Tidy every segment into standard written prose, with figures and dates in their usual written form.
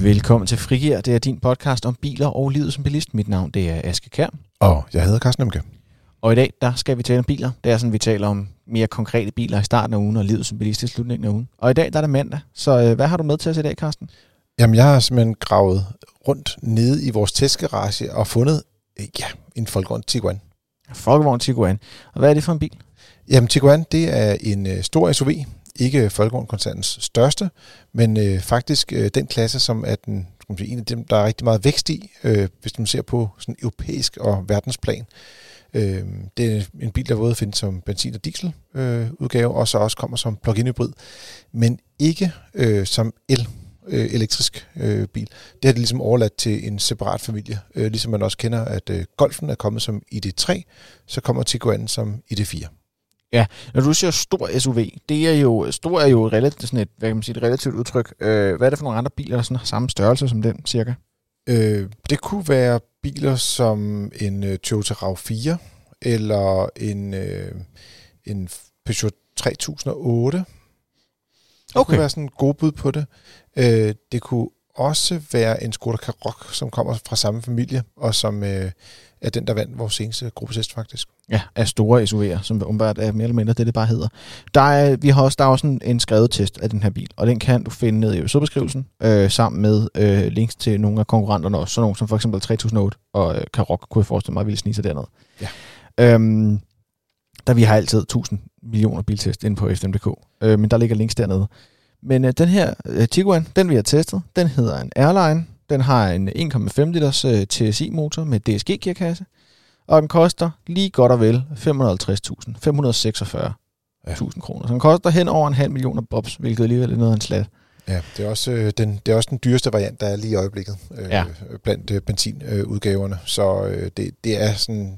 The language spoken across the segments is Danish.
Velkommen til Frigir. Det er din podcast om biler og livet som bilist. Mit navn det er Aske Kjær. Og jeg hedder Carsten Emke. Og i dag der skal vi tale om biler. Det er sådan, vi taler om mere konkrete biler i starten af ugen og livet som bilist i slutningen af ugen. Og i dag der er det mandag. Så hvad har du med til os i dag, Carsten? Jamen, jeg har simpelthen gravet rundt nede i vores testgarage og fundet en Volkswagen Tiguan. Volkswagen Tiguan. Og hvad er det for en bil? Jamen, Tiguan, det er en stor SUV. Ikke Volkswagen-koncernens største, men faktisk den klasse, som er den, en af dem, der er rigtig meget vækst i, hvis man ser på sådan europæisk og verdensplan. Det er en bil, der både findes som benzin- og dieseludgave, og så også kommer som plug-in hybrid, men ikke som elektrisk bil. Det har det ligesom overladt til en separat familie. Ligesom man også kender, at Golfen er kommet som ID3, så kommer Tiguan som ID4. Ja, når du siger stor SUV, det er jo stor er jo relativt sådan et, hvad kan man sige, et relativt udtryk. Hvad er det for nogle andre biler, der sådan har samme størrelse som den cirka? Det kunne være biler som en Toyota RAV4 eller en Peugeot 3008. Det kunne være sådan en god bud på det. Det kunne også være en Skoda Karoq, som kommer fra samme familie, og som er den, der vandt vores seneste gruppetest faktisk. Ja, af store SUV'er, som umiddelbart er mere eller mindre det bare hedder. Der er også en skrevet test af den her bil, og den kan du finde ned i episodebeskrivelsen, sammen med links til nogle af konkurrenterne også, sådan nogle som for eksempel 3008 og Karoq, kunne jeg forestille mig, ville snige sig dernede. Ja. Der vi har altid 1000 millioner biltest inde på FDM.dk, men der ligger links dernede. Men den her Tiguan, den vi har testet, den hedder en Airline. Den har en 1,5 liters TSI-motor med DSG-gearkasse, og den koster lige godt og vel 546.000 kroner. Så den koster hen over 500.000 bobs, hvilket alligevel er noget af en slat. Ja, det er også den dyreste variant, der er lige i øjeblikket blandt benzinudgaverne. Så det er sådan...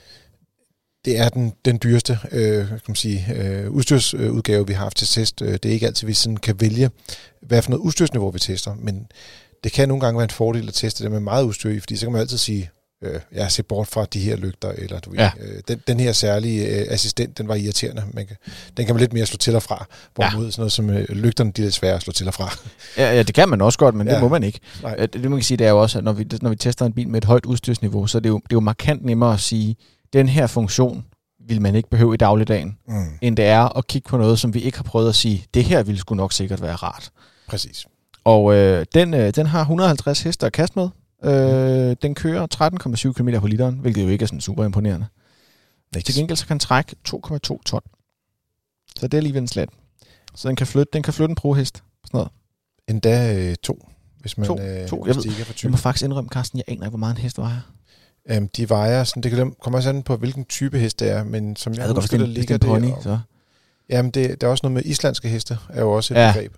Det er den dyreste udstyrsudgave, vi har haft til test. Det er ikke altid, vi sådan kan vælge, hvad for noget udstyrsniveau vi tester, men det kan nogle gange være en fordel at teste det med meget udstyr i, fordi så kan man altid sige, jeg ser bort fra de her lygter, eller den her særlige assistent, den var irriterende. Den kan man lidt mere slå til og fra, hvorimod sådan noget som lygterne, de er lidt svære at slå til og fra. Ja, det kan man også godt, men det må man ikke. Det man kan sige, det er jo også, at når vi tester en bil med et højt udstyrsniveau, så er det er jo markant nemmere at sige, den her funktion vil man ikke behøve i dagligdagen, end det er at kigge på noget, som vi ikke har prøvet at sige, det her ville sgu nok sikkert være rart. Præcis. Og den har 150 heste at kaste med. Den kører 13,7 km på literen, hvilket jo ikke er sådan super imponerende. Til gengæld så kan den trække 2,2 ton. Så det er alligevel en slat. Så den kan flytte en pro-hest. Sådan noget. Endda 2, hvis man to. Jeg må faktisk indrømme, Carsten, jeg aner ikke, hvor meget en hest vejer. De vejer, sådan, det kommer også an på, hvilken type hest det er, men som jeg husker, der ligger det pony, så. Jamen, der er også noget med islandske heste, er jo også et begreb.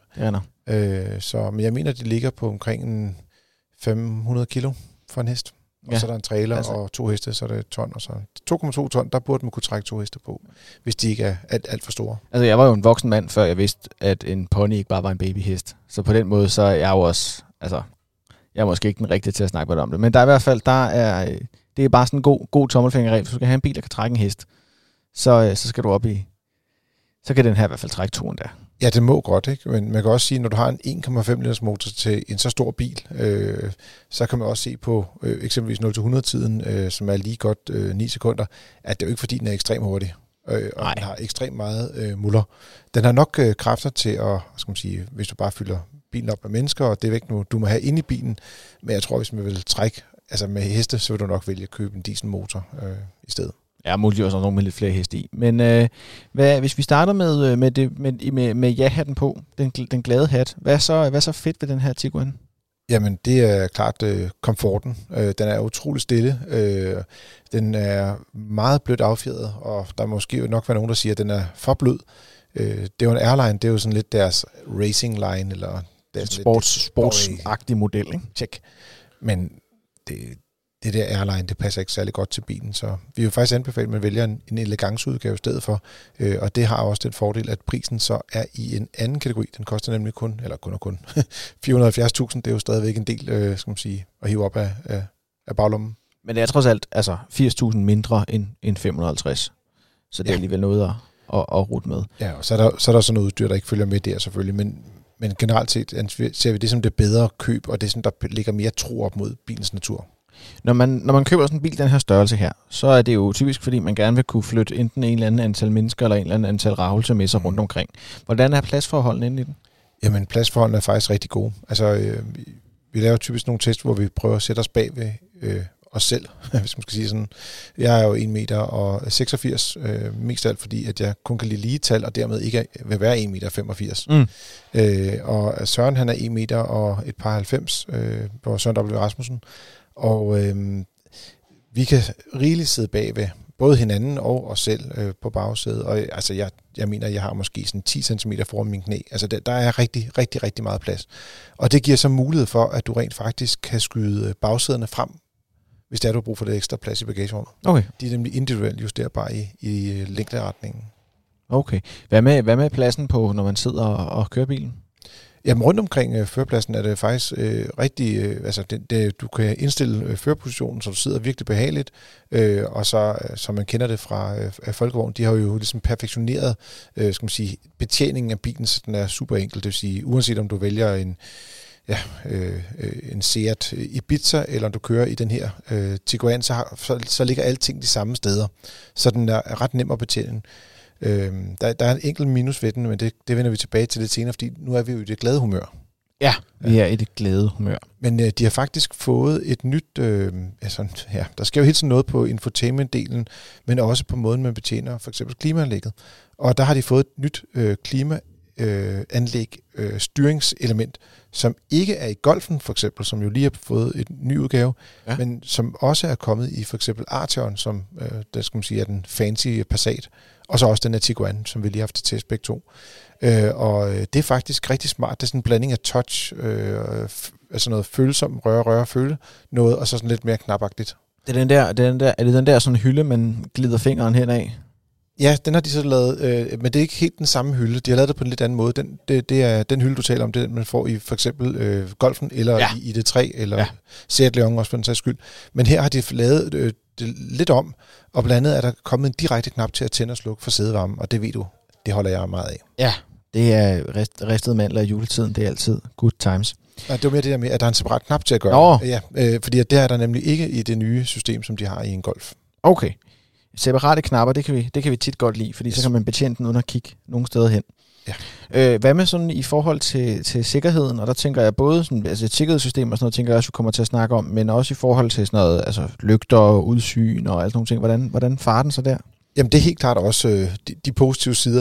Ja, men jeg mener, de ligger på omkring 500 kilo for en hest. Og så er der en trailer og 2 heste, så er det ton. Og så 2,2 ton, der burde man kunne trække 2 heste på, hvis de ikke er alt for store. Altså, jeg var jo en voksen mand, før jeg vidste, at en pony ikke bare var en babyhest. Så på den måde, så er jeg jo også... Altså, jeg er måske ikke den rigtige til at snakke om det, men der er i hvert fald, det er bare sådan en god tommelfingerregel. Hvis du skal have en bil, der kan trække en hest, så skal du op i, så kan den her i hvert fald trække 2 endda. Ja, det må godt, ikke? Men man kan også sige, når du har en 1,5 liters motor til en så stor bil, så kan man også se på eksempelvis 0-100-tiden, som er lige godt 9 sekunder, at det er jo ikke fordi, den er ekstremt hurtig, og den har ekstremt meget muller. Den har nok kræfter til at, hvis du bare fylder bilen op med mennesker, og det er væk nu, du må have inde i bilen, men jeg tror, hvis man vil trække med heste, så vil du nok vælge at købe en dieselmotor i stedet. Ja, muligt også nogle med lidt flere heste i. Men hvis vi starter med ja-hatten på, den glade hat, hvad er så fedt ved den her Tiguan? Jamen, det er klart komforten. Den er utrolig stille. Den er meget blødt affjedret, og der måske nok være nogen, der siger, at den er for blød. Det er jo en Airline, det er jo sådan lidt deres racing line, eller sportsagtig model, ikke? Check. Men det der Airline, det passer ikke særlig godt til bilen, så vi vil faktisk anbefale, at man vælger en eleganceudgave i stedet for, og det har også den fordel, at prisen så er i en anden kategori. Den koster nemlig kun 470.000, det er jo stadigvæk en del, at hive op af baglommen. Men det er trods alt 80.000 mindre end 550, så det er alligevel noget at rute med. Ja, og så er der sådan noget udstyr, der ikke følger med der selvfølgelig, men Men generelt set ser vi det som det bedre køb, og det er sådan, der ligger mere tro op mod bilens natur. Når man køber sådan en bil, den her størrelse her, så er det jo typisk, fordi man gerne vil kunne flytte enten en eller anden antal mennesker, eller en eller anden antal ragelser med sig rundt omkring. Hvordan er pladsforholdene inde i den? Jamen, pladsforholdene er faktisk rigtig gode. Altså, vi laver typisk nogle test, hvor vi prøver at sætte os bag ved os selv, hvis man skal sige sådan. Jeg er jo 1,86 meter, mest af alt fordi, at jeg kun kan lide lige tal, og dermed ikke vil være 1,85 meter. Og Søren, han er 1 meter og et par 90, på Søren W. Rasmussen. Og vi kan rigeligt sidde bag ved både hinanden og os selv på bagsædet. Og altså, jeg mener, jeg har måske sådan 10 cm foran min knæ. Altså, der er rigtig, rigtig, rigtig meget plads. Og det giver så mulighed for, at du rent faktisk kan skyde bagsæderne frem, hvis det er, du har brug for det ekstra plads i bagagerummet. Okay. De er nemlig individuelt justerbare i længderetningen. Okay. Hvad med pladsen på, når man sidder og kører bilen? Jamen, rundt omkring førerpladsen er det faktisk rigtig... du kan indstille førerpositionen, så du sidder virkelig behageligt, og så, som man kender det fra Folkevogn, de har jo ligesom perfektioneret betjeningen af bilen, så den er super enkel. Det vil sige, uanset om du vælger en Seat Ibiza, eller om du kører i den her Tiguan, så ligger alting de samme steder. Så den er ret nem at betjene. Der er en enkelt minus ved den, men det vender vi tilbage til lidt senere, fordi nu er vi jo i det glade humør. Ja, vi er i det glade humør. Men de har faktisk fået et nyt... der sker jo hele tiden noget på infotainment-delen, men også på måden, man betjener for eksempel klimaanlægget. Og der har de fået et nyt klimaanlæg styringselement, som ikke er i Golfen for eksempel, som jo lige har fået et ny udgave, men som også er kommet i for eksempel Arteon, som der skal man sige er den fancy Passat, og så også den her Tiguan, som vi lige har haft til test begge to. Og det er faktisk rigtig smart. Det er sådan en blanding af touch, altså noget følsom, røre, føle noget, og så sådan lidt mere knapagtigt. Er det den der sådan hylde, man glider fingeren hen af? Ja, den har de så lavet, men det er ikke helt den samme hylde. De har lavet det på en lidt anden måde. Det er den hylde, du taler om, det er den, man får i for eksempel Golfen, eller i ID3, eller Seat Leon også for den sags skyld. Men her har de lavet det lidt om, og blandt andet er der kommet en direkte knap til at tænde og slukke for sædevarme, og det ved du, det holder jeg meget af. Ja, det er ristede mandler i juletiden, det er altid good times. Ja, det var mere det der med, at der er en separat knap til at gøre det. Ja, fordi det er der nemlig ikke i det nye system, som de har i en Golf. Okay. Separate knapper, det kan vi tit godt lide, fordi så kan man betjene den uden at kigge nogen steder hen. Ja. Hvad med sådan i forhold til sikkerheden? Og der tænker jeg både sådan, altså et sikkerhedssystem og sådan noget, tænker jeg også, vi kommer til at snakke om, men også i forhold til sådan noget, altså lygter og udsyn og alt sådan nogle ting. Hvordan farer den så der? Jamen det er helt klart også de positive sider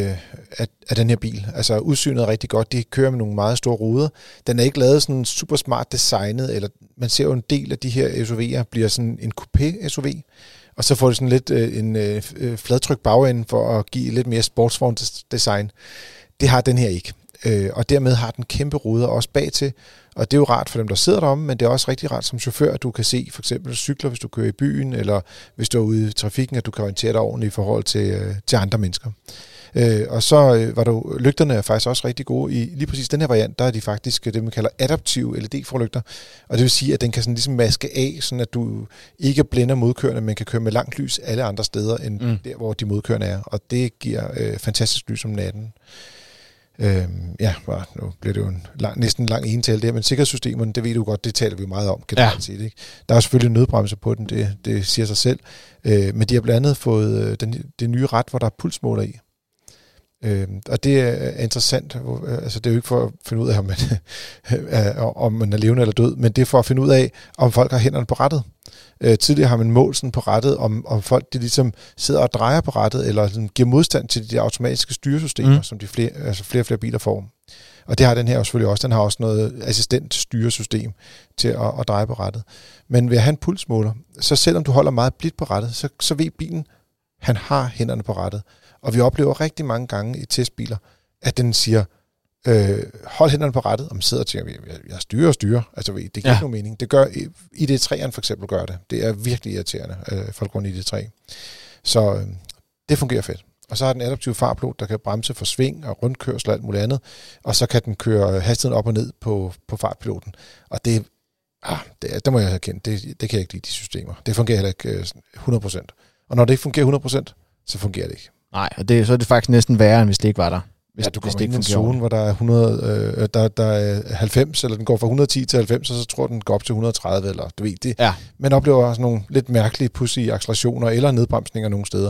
af den her bil. Altså udsynet er rigtig godt. De kører med nogle meget store ruder. Den er ikke lavet sådan super smart designet, eller man ser jo en del af de her SUV'er bliver sådan en coupé SUV. Og så får det sådan lidt en fladtryk bagende for at give lidt mere sportsvognsdesign. Det har den her ikke. Og dermed har den kæmpe ruder også bagtil. Og det er jo rart for dem, der sidder deromme, men det er også rigtig rart som chauffør, at du kan se for eksempel cykler, hvis du kører i byen, eller hvis du er ude i trafikken, at du kan orientere dig ordentligt i forhold til andre mennesker. Og så var der lygterne er faktisk også rigtig gode. I lige præcis den her variant, der er de faktisk det, man kalder adaptive LED-forlygter. Og det vil sige, at den kan sådan ligesom maske af, sådan at du ikke blænder modkørende, men kan køre med langt lys alle andre steder, end der, hvor de modkørende er. Og det giver fantastisk lys om natten. Nu bliver det jo næsten en lang ental der, men sikkerhedssystemerne, det ved du godt, det taler vi meget om generelt set, ikke? Der er selvfølgelig nødbremse på den, det siger sig selv. Men de har blandt andet fået det nye rat, hvor der er pulsmåler i. Og det er interessant. Altså det er jo ikke for at finde ud af, om man er levende eller død, men det er for at finde ud af, om folk har hænderne på rattet. Tidligere har man målt sådan på rattet, om folk de ligesom sidder og drejer på rattet, eller sådan giver modstand til de automatiske styresystemer, som de flere og flere biler får. Og det har den her selvfølgelig også. Den har også noget assistent styresystem til at dreje på rattet. Men ved at have en pulsmåler, så selvom du holder meget blidt på rattet, så ved bilen, han har hænderne på rattet. Og vi oplever rigtig mange gange i testbiler, at den siger, hold hænderne på rattet, og man sidder og tænker, jeg styrer. Altså, det giver ikke nogen mening. Det gør, ID3'eren for eksempel gør det. Det er virkelig irriterende, Folkevogn ID3. Så det fungerer fedt. Og så har den adaptive fartpilot, der kan bremse for sving og rundkørsel og alt muligt andet. Og så kan den køre hastigheden op og ned på fartpiloten. Og det må jeg have kendt. Det kan jeg ikke lide, de systemer. Det fungerer heller ikke 100%. Og når det ikke fungerer 100%, så fungerer det ikke. Nej, og så er det faktisk næsten værre, end hvis det ikke var der. Hvis, du hvis kommer det ind i en fungerer zone, hvor der er 100, der er 90, eller den går fra 110 til 90, og så tror den går op til 130, eller du ved det. Ja. Man oplever også nogle lidt mærkelige, pudsige accelerationer, eller nedbremsninger nogle steder.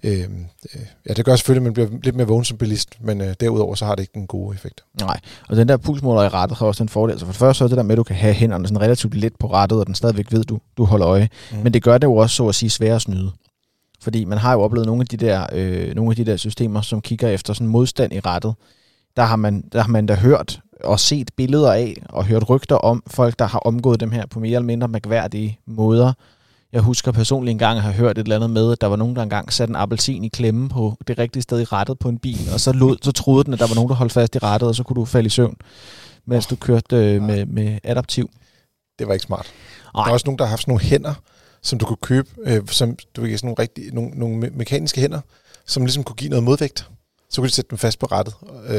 Ja, det gør selvfølgelig, at man bliver lidt mere vågen som bilist, men derudover så har det ikke den gode effekt. Nej, og den der pulsmåler i rattet har også en fordel. Så for det første så er det der med, at du kan have hænderne sådan relativt let på rattet, og den stadigvæk ved, du holder øje. Men det gør det jo også, så at sige, sværere at snyde. Fordi man har jo oplevet nogle af de der systemer, som kigger efter sådan modstand i rattet. Der har man da hørt og set billeder af, og hørt rygter om folk, der har omgået dem her på mere eller mindre mærkværdige måder. Jeg husker personligt engang at have hørt et eller andet med, at der var nogen, der engang satte en appelsin i klemme på det rigtige sted i rattet på en bil, og så troede den, at der var nogen, der holdt fast i rattet, og så kunne du falde i søvn, mens du kørte med adaptiv. Det var ikke smart. Ej. Der er også nogen, der har haft sådan nogle hænder, som du kunne købe, som du ved, sådan nogle mekaniske hænder, som ligesom kunne give noget modvægt. Så kunne de sætte dem fast på rattet.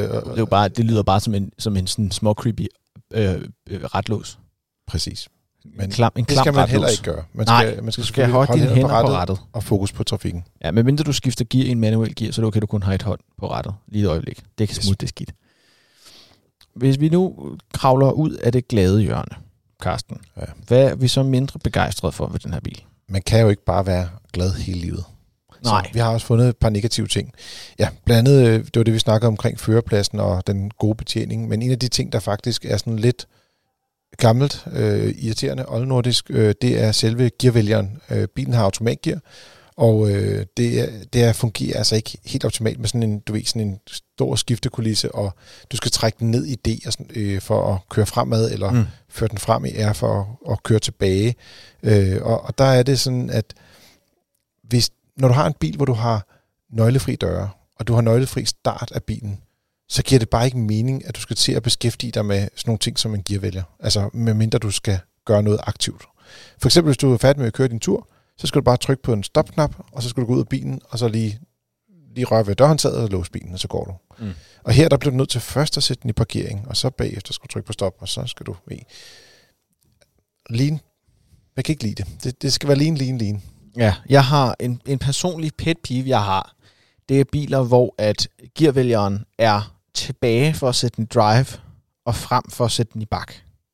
Det lyder bare som en sådan små creepy retlås. Præcis. Men det skal man heller ikke gøre. Man skal holde dine hænder på rattet og fokus på trafikken. Ja, men mindre du skifter gear i en manuel gear, så kan du kun have et hånd på rattet lige et øjeblik. Det kan smutte det skidt. Hvis vi nu kravler ud af det glade hjørne, Carsten, hvad er vi så mindre begejstrede for ved den her bil? Man kan jo ikke bare være glad hele livet. Nej. Så vi har også fundet et par negative ting. Ja, blandt andet, det var det, vi snakkede omkring førerpladsen og den gode betjening, men en af de ting, der faktisk er sådan lidt gammelt, irriterende, oldnordisk, det er selve gearvælgeren. Bilen har automatgear, og det fungerer altså ikke helt optimalt med sådan en stor skiftekulisse, og du skal trække den ned i D og sådan, for at køre fremad, eller føre den frem i R for at køre tilbage. Og der er det sådan, at når du har en bil, hvor du har nøglefri døre, og du har nøglefri start af bilen, så giver det bare ikke mening, at du skal til at beskæftige dig med sådan nogle ting som en gearvælger. Altså medmindre du skal gøre noget aktivt. For eksempel, hvis du er færdig med at køre din tur, så skal du bare trykke på en stopknap, og så skal du gå ud af bilen, og så lige røre ved dørhåndtaget og låse bilen, og så går du. Og her der bliver du nødt til først at sætte den i parkering, og så bagefter skal du trykke på stop, og så skal du lean. Jeg kan ikke lide det. Det skal være lean. Ja, jeg har en personlig pet peeve, jeg har. Det er biler, hvor at gearvælgeren er tilbage for at sætte den i drive, og frem for at sætte den i bak.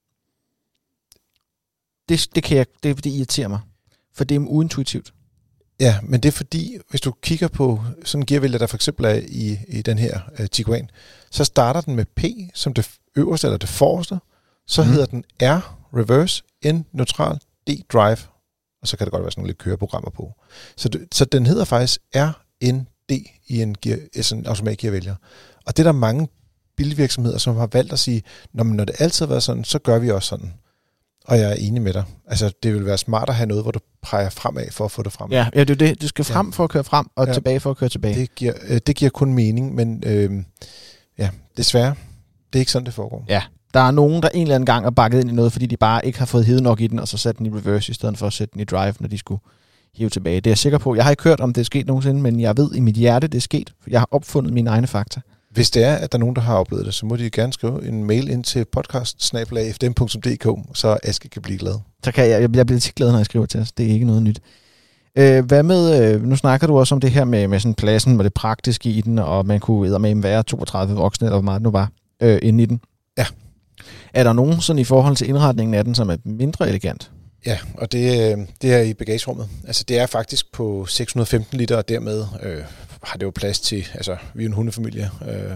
Det irriterer mig, for det er uintuitivt. Ja, men det er fordi, hvis du kigger på sådan en gearvælger, der for eksempel er i den her Tiguan, så starter den med P som det øverste eller det forreste, så hedder den R, reverse, N, neutral, D, drive, og så kan det godt være sådan nogle lidt køreprogrammer på. Så den hedder faktisk RND i en automatgearvælger. Og det er der mange bilvirksomheder, som har valgt at sige, når det altid har været sådan, så gør vi også sådan. Og jeg er enig med dig. Altså, det vil være smart at have noget, hvor du peger fremad for at få det frem. Ja, det er det. Du skal frem for at køre frem, og tilbage for at køre tilbage. Det giver kun mening, men desværre, det er ikke sådan, det foregår. Ja, der er nogen, der en eller anden gang er bakket ind i noget, fordi de bare ikke har fået hede nok i den, og så sat den i reverse, i stedet for at sætte den i drive, når de skulle hive tilbage. Det er jeg sikker på. Jeg har ikke hørt, om det er sket nogensinde, men jeg ved i mit hjerte, det er sket. Jeg har opfundet mine egne fakta. Hvis det er, at der er nogen, der har oplevet det, så må de gerne skrive en mail ind til podcast@fdm.dk, så Aske kan blive glad. Så kan jeg bliver tit glad, når jeg skriver til os. Det er ikke noget nyt. Hvad med, nu snakker du også om det her med sådan pladsen, og det praktiske i den, og man kunne eddermame være 32 voksne, eller hvor meget det nu var, inde i den. Ja. Er der nogen sådan i forhold til indretningen af den, som er mindre elegant? Ja, og det er i bagagerummet. Altså det er faktisk på 615 liter, og dermed har det jo plads til, altså vi er en hundefamilie,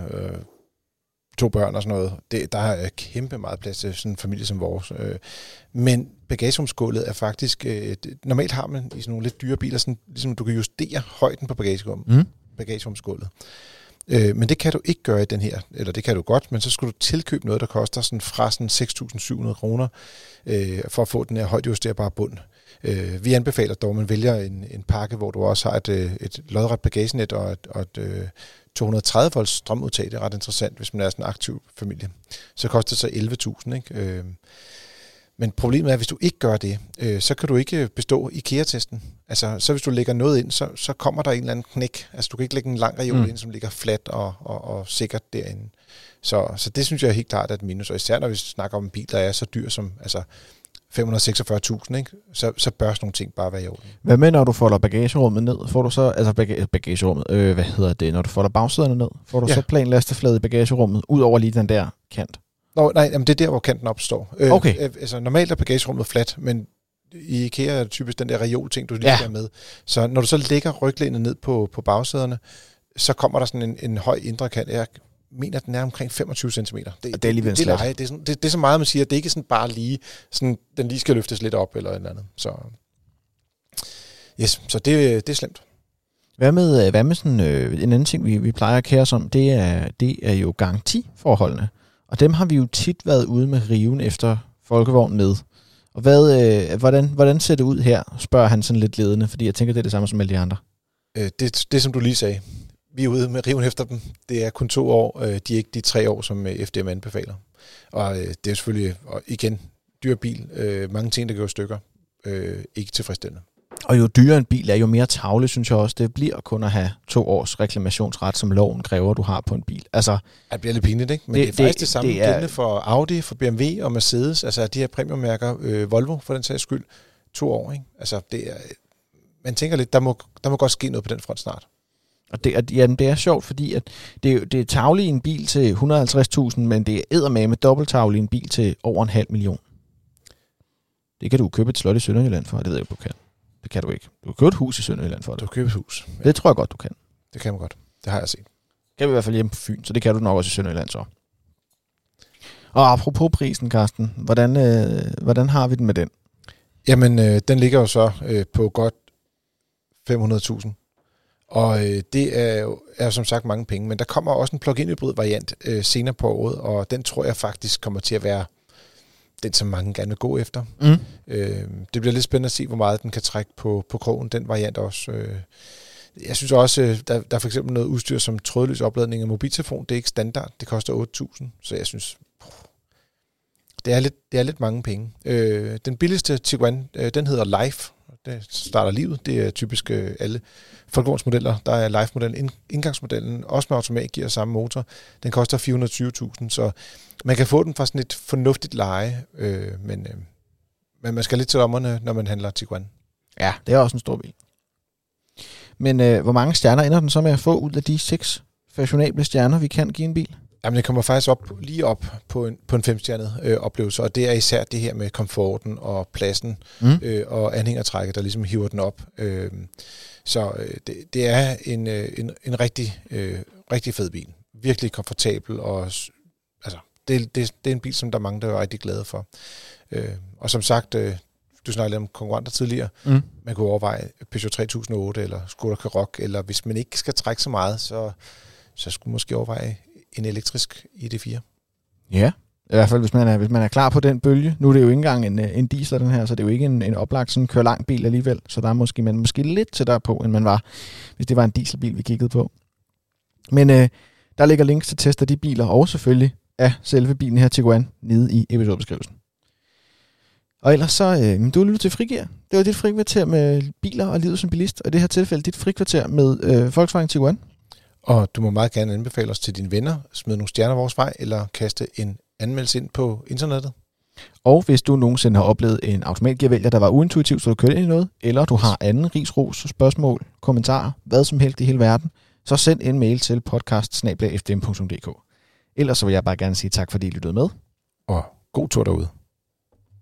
2 børn og sådan noget. Der er kæmpe meget plads til sådan en familie som vores. Men bagagerumsskålet er faktisk, normalt har man i sådan nogle lidt dyre biler, sådan, ligesom du kan justere højden på bagagerumsskålet. Men det kan du ikke gøre i den her, eller det kan du godt, men så skal du tilkøbe noget, der koster sådan fra sådan 6.700 kroner, for at få den her højdejusterbare bund. Vi anbefaler dog, at man vælger en pakke, hvor du også har et lodret bagagenet og et 230 volts strømudtag. Det er ret interessant, hvis man er sådan en aktiv familie. Så koster det så 11.000, ikke? Men problemet er, at hvis du ikke gør det, så kan du ikke bestå IKEA-testen. Altså, så hvis du lægger noget ind, så kommer der en eller anden knæk. Altså, du kan ikke lægge en lang reol ind, som ligger fladt og sikkert derinde. Så det synes jeg helt klart er et minus. Og især når vi snakker om en bil, der er så dyr som, altså, 546.000, ikke? Så bør sådan nogle ting bare være i orden. Hvad med, når du folder bagagerummet ned? Får du så, altså bagagerummet, når du folder bagsæderne ned, får du så plan lasteflade i bagagerummet, ud over lige den der kant? Nå, nej, jamen det er der, hvor kanten opstår. Okay. Altså normalt er bagagerummet fladt, men i IKEA er det typisk den der reol-ting, du lige skal med. Så når du så lægger ryglænet ned på bagsæderne, så kommer der sådan en høj indre kant. Jeg mener, den er omkring 25 cm. Det er lige det er så meget, man siger. Det er ikke sådan bare lige, sådan, den lige skal løftes lidt op eller et eller andet. Så det er slemt. Hvad med sådan en anden ting, vi plejer at kære os om, det er jo garantiforholdene. Og dem har vi jo tit været ude med riven efter folkevogn med. Og hvordan ser det ud her, spørger han sådan lidt ledende, fordi jeg tænker, det er det samme som alle de andre. Det som du lige sagde, vi er ude med riven efter dem. Det er kun 2 år, de er ikke de 3 år, som FDM anbefaler. Og det er selvfølgelig, igen, dyr bil, mange ting, der går i stykker, ikke tilfredsstillende. Og jo dyrere en bil er, jo mere tavle, synes jeg også, det bliver kun at have 2 års reklamationsret, som loven kræver, du har på en bil. Altså, det bliver lidt pinligt, ikke? Men det er faktisk det samme gældende for Audi, for BMW og Mercedes, altså de her premiummærker, Volvo for den sags skyld, 2 år, ikke? Altså, det er, man tænker lidt, der må godt ske noget på den front snart. Og det er sjovt, fordi at det er tavle i en bil til 150.000, men det er eddermame dobbelttavle i en bil til over 500.000. Det kan du købe et slot i Sønderjylland for, det ved jeg ikke, du kan. Det kan du ikke. Du kan købe et hus i Sønderjylland for det. Du kan købe et hus. Ja. Det tror jeg godt, du kan. Det kan man godt. Det har jeg set. Kan vi i hvert fald hjemme på Fyn, så det kan du nok også i Sønderjylland så. Og apropos prisen, Carsten, hvordan har vi den med den? Jamen, den ligger jo så på godt 500.000. Og det er som sagt mange penge, men der kommer også en plug-in hybrid variant senere på året, og den tror jeg faktisk kommer til at være den, som mange gerne vil gå efter. Det bliver lidt spændende at se, hvor meget den kan trække på krogen, den variant også. Jeg synes også, der er for eksempel noget udstyr som trådløs opladning af mobiltelefon. Det er ikke standard, det koster 8.000, så jeg synes, det er lidt mange penge. Den billigste Tiguan, den hedder Life. Det starter livet. Det er typisk alle folkevognsmodeller. Der er Life-modellen, indgangsmodellen, også med automatgear og samme motor. Den koster 420.000, så man kan få den fra sådan et fornuftigt leje, men man skal lidt til lommerne, når man handler Tiguan. Ja, det er også en stor bil. Men hvor mange stjerner ender den så med at få ud af de 6 fashionable stjerner, vi kan give en bil? Jamen, det kommer faktisk lige op på en 5-stjernet oplevelse, og det er især det her med komforten og pladsen og anhængertrækket, der ligesom hiver den op. Så det er en rigtig fed bil. Virkelig komfortabel, og altså, det er en bil, som der er mange, der er rigtig glade for. Og som sagt, du snakkede om konkurrenter tidligere, man kunne overveje Peugeot 3008 eller Skoda Karoq, eller hvis man ikke skal trække så meget, så skulle man måske overveje en elektrisk ID4. Ja, i hvert fald hvis man er klar på den bølge. Nu er det jo ikke engang en diesel, den her, så det er jo ikke en oplagt sådan kør lang bil alligevel, så der er man måske lidt tættere på, end man var, hvis det var en dieselbil, vi kiggede på. Men der ligger links til test af de biler, og selvfølgelig af selve bilen her Tiguan, nede i episodebeskrivelsen. Og ellers så, du har lyttet til Frigir. Det var dit frikvarter med biler og livet som bilist, og i det her tilfælde dit frikvarter med Volkswagen Tiguan. Og du må meget gerne anbefale os til dine venner, smide nogle stjerner vores vej, eller kaste en anmeldelse ind på internettet. Og hvis du nogensinde har oplevet en automatgearvælger, der var uintuitiv, så du kørte ind i noget, eller du har anden rigsros, spørgsmål, kommentarer, hvad som helst i hele verden, så send en mail til podcast@fdm.dk. Ellers så vil jeg bare gerne sige tak, fordi I lyttede med. Og god tur derude.